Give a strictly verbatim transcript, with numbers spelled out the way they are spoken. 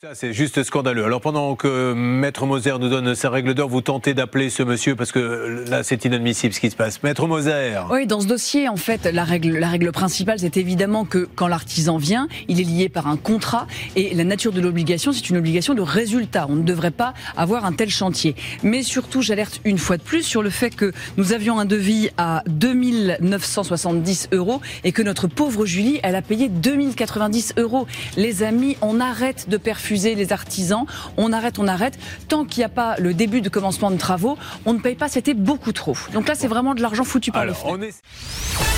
Ça, c'est juste scandaleux. Alors pendant que Maître Moser nous donne sa règle d'or, vous tentez d'appeler ce monsieur parce que là c'est inadmissible ce qui se passe. Maître Moser. Oui, dans ce dossier, en fait, la règle, la règle principale, c'est évidemment que quand l'artisan vient, il est lié par un contrat et la nature de l'obligation, c'est une obligation de résultat. On ne devrait pas avoir un tel chantier. Mais surtout, j'alerte une fois de plus sur le fait que nous avions un devis à deux mille neuf cent soixante-dix euros et que notre pauvre Julie, elle a payé deux mille quatre-vingt-dix euros. Les amis, on arrête de perfuser les artisans, on arrête, on arrête. Tant qu'il n'y a pas le début de commencement de travaux, on ne paye pas, c'était beaucoup trop. Donc là, c'est vraiment de l'argent foutu par Alors, les fenêtres. On est...